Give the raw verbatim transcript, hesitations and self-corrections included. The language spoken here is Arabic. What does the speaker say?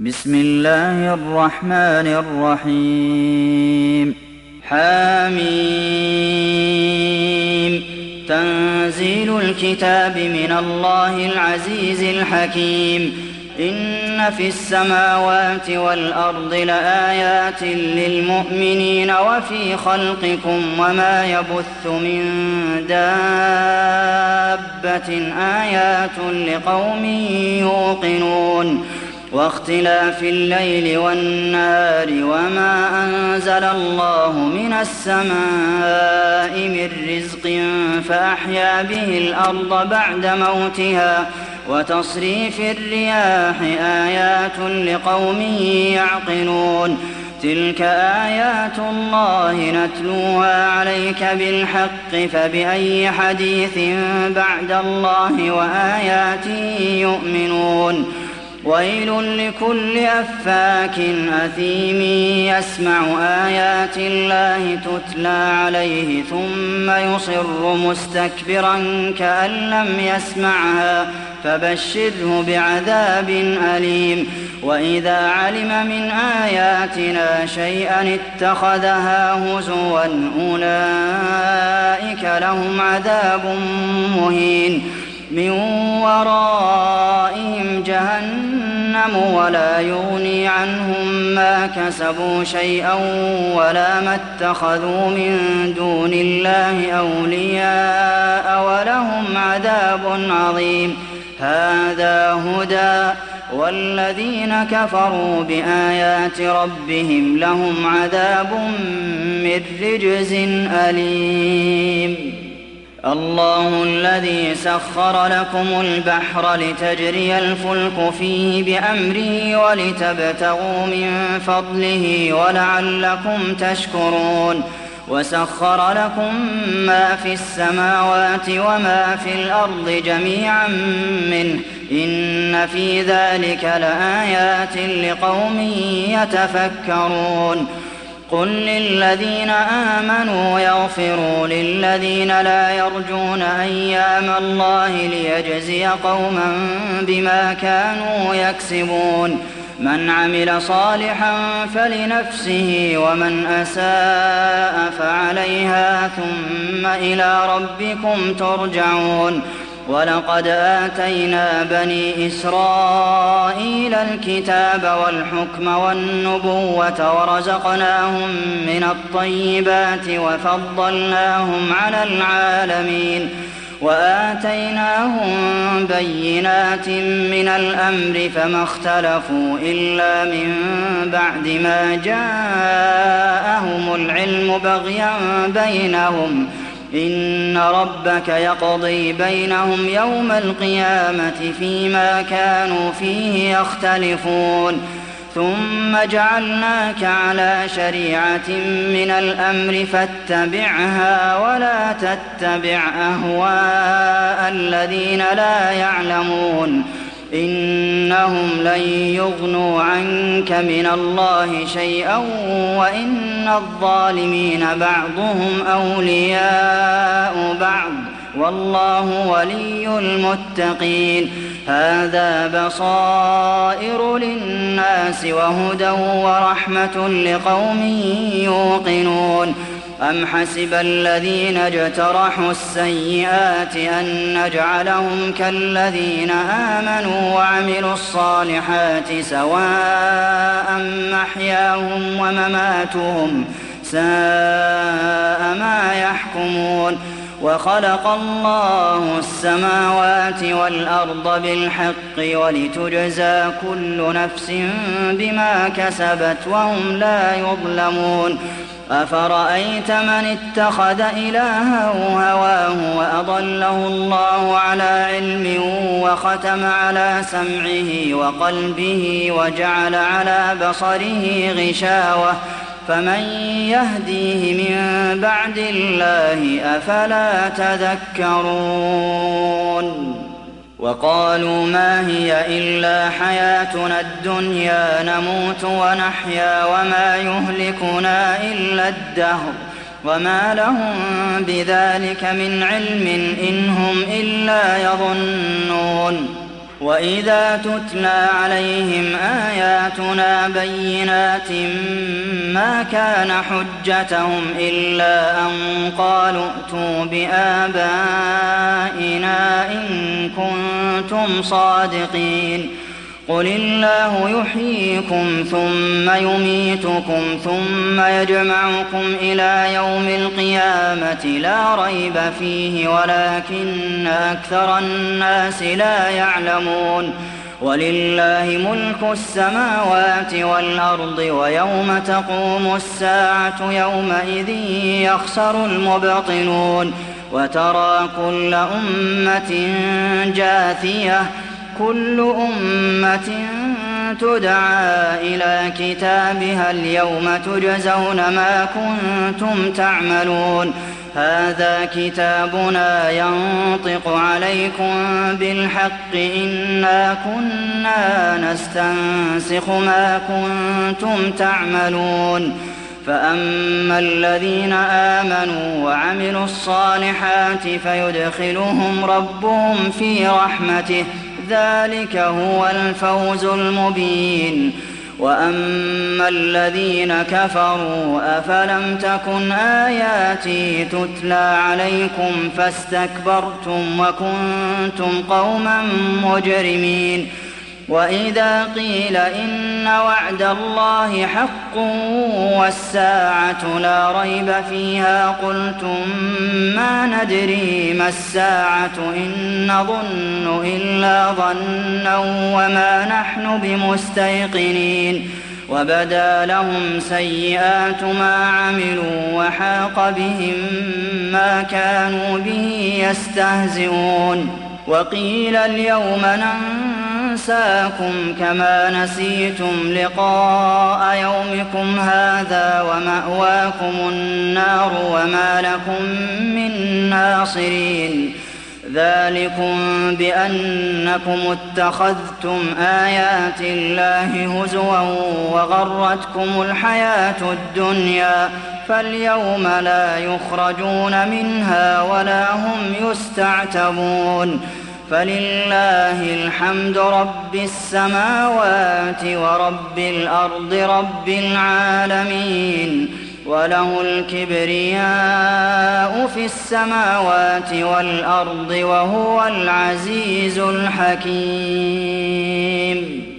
بسم الله الرحمن الرحيم حميم تنزيل الكتاب من الله العزيز الحكيم إن في السماوات والأرض لآيات للمؤمنين وفي خلقكم وما يبث من دابة آيات لقوم يوقنون واختلاف الليل والنهار وما أنزل الله من السماء من رزق فأحيا به الأرض بعد موتها وتصريف الرياح آيات لقوم يعقلون تلك آيات الله نتلوها عليك بالحق فبأي حديث بعد الله وآياته يؤمنون ويل لكل أفاك أثيم يسمع آيات الله تتلى عليه ثم يصر مستكبرا كأن لم يسمعها فبشره بعذاب أليم وإذا علم من آياتنا شيئا اتخذها هزوا أولئك لهم عذاب مهين من ورائهم جهنم ولا يغني عنهم ما كسبوا شيئا ولا ما اتخذوا من دون الله أولياء ولهم عذاب عظيم هذا هدى والذين كفروا بآيات ربهم لهم عذاب من رجز أليم الله الذي سخر لكم البحر لتجري الفلك فيه بأمره ولتبتغوا من فضله ولعلكم تشكرون وسخر لكم ما في السماوات وما في الأرض جميعا منه إن في ذلك لآيات لقوم يتفكرون قل للذين آمنوا يغفروا للذين لا يرجون أيام الله ليجزي قوما بما كانوا يكسبون من عمل صالحا فلنفسه ومن أساء فعليها ثم إلى ربكم ترجعون ولقد آتينا بني إسرائيل الكتاب والحكم والنبوة ورزقناهم من الطيبات وفضلناهم على العالمين وآتيناهم بينات من الأمر فما اختلفوا إلا من بعد ما جاءهم العلم بغيا بينهم إن ربك يقضي بينهم يوم القيامة فيما كانوا فيه يختلفون ثم جعلناك على شريعة من الأمر فاتبعها ولا تتبع أهواء الذين لا يعلمون إنهم لن يغنوا عنك من الله شيئا وإن الظالمين بعضهم أولياء بعض والله ولي المتقين هذا بصائر للناس وهدى ورحمة لقوم يوقنون أم حسب الذين اجترحوا السيئات أن نجعلهم كالذين آمنوا وعملوا الصالحات سواء محياهم ومماتهم ساء ما يحكمون وخلق الله السماوات والأرض بالحق ولتجزى كل نفس بما كسبت وهم لا يظلمون أفرأيت من اتخذ إلهه هواه وأضله الله على علم وختم على سمعه وقلبه وجعل على بصره غشاوة فمن يهديه من بعد الله أفلا تذكرون وقالوا ما هي إلا حياتنا الدنيا نموت ونحيا وما يهلكنا إلا الدهر وما لهم بذلك من علم إن هم إلا يظنون وإذا تتلى عليهم آياتنا آياتنا بينات ما كان حجتهم إلا أن قالوا ائتوا بآبائنا إن كنتم صادقين قل الله يحييكم ثم يميتكم ثم يجمعكم إلى يوم القيامة لا ريب فيه ولكن أكثر الناس لا يعلمون ولله ملك السماوات والأرض ويوم تقوم الساعة يومئذ يخسر المبطلون وترى كل أمة جاثية كل أمة تدعى إلى كتابها اليوم تجزون ما كنتم تعملون هذا كتابنا ينطق عليكم بالحق إنا كنا نستنسخ ما كنتم تعملون فأما الذين آمنوا وعملوا الصالحات فيدخلهم ربهم في رحمته ذلك هو الفوز المبين وأما الذين كفروا أفلم تكن آياتي تتلى عليكم فاستكبرتم وكنتم قوما مجرمين وإذا قيل إن وعد الله حق والساعة لا ريب فيها قلتم ما ندري ما الساعة إن نظن إلا ظنا وما نحن بمستيقنين وبدا لهم سيئات ما عملوا وحاق بهم ما كانوا به يستهزئون وقيل اليوم ننساكم كما نسيتم لقاء يومكم هذا ومأواكم النار وما لكم من ناصرين ذلكم بأنكم اتخذتم آيات الله هزوا وغرتكم الحياة الدنيا فاليوم لا يخرجون منها ولا هم يستعتبون فلله الحمد رب السماوات ورب الأرض رب العالمين وله الكبرياء في السماوات والأرض وهو العزيز الحكيم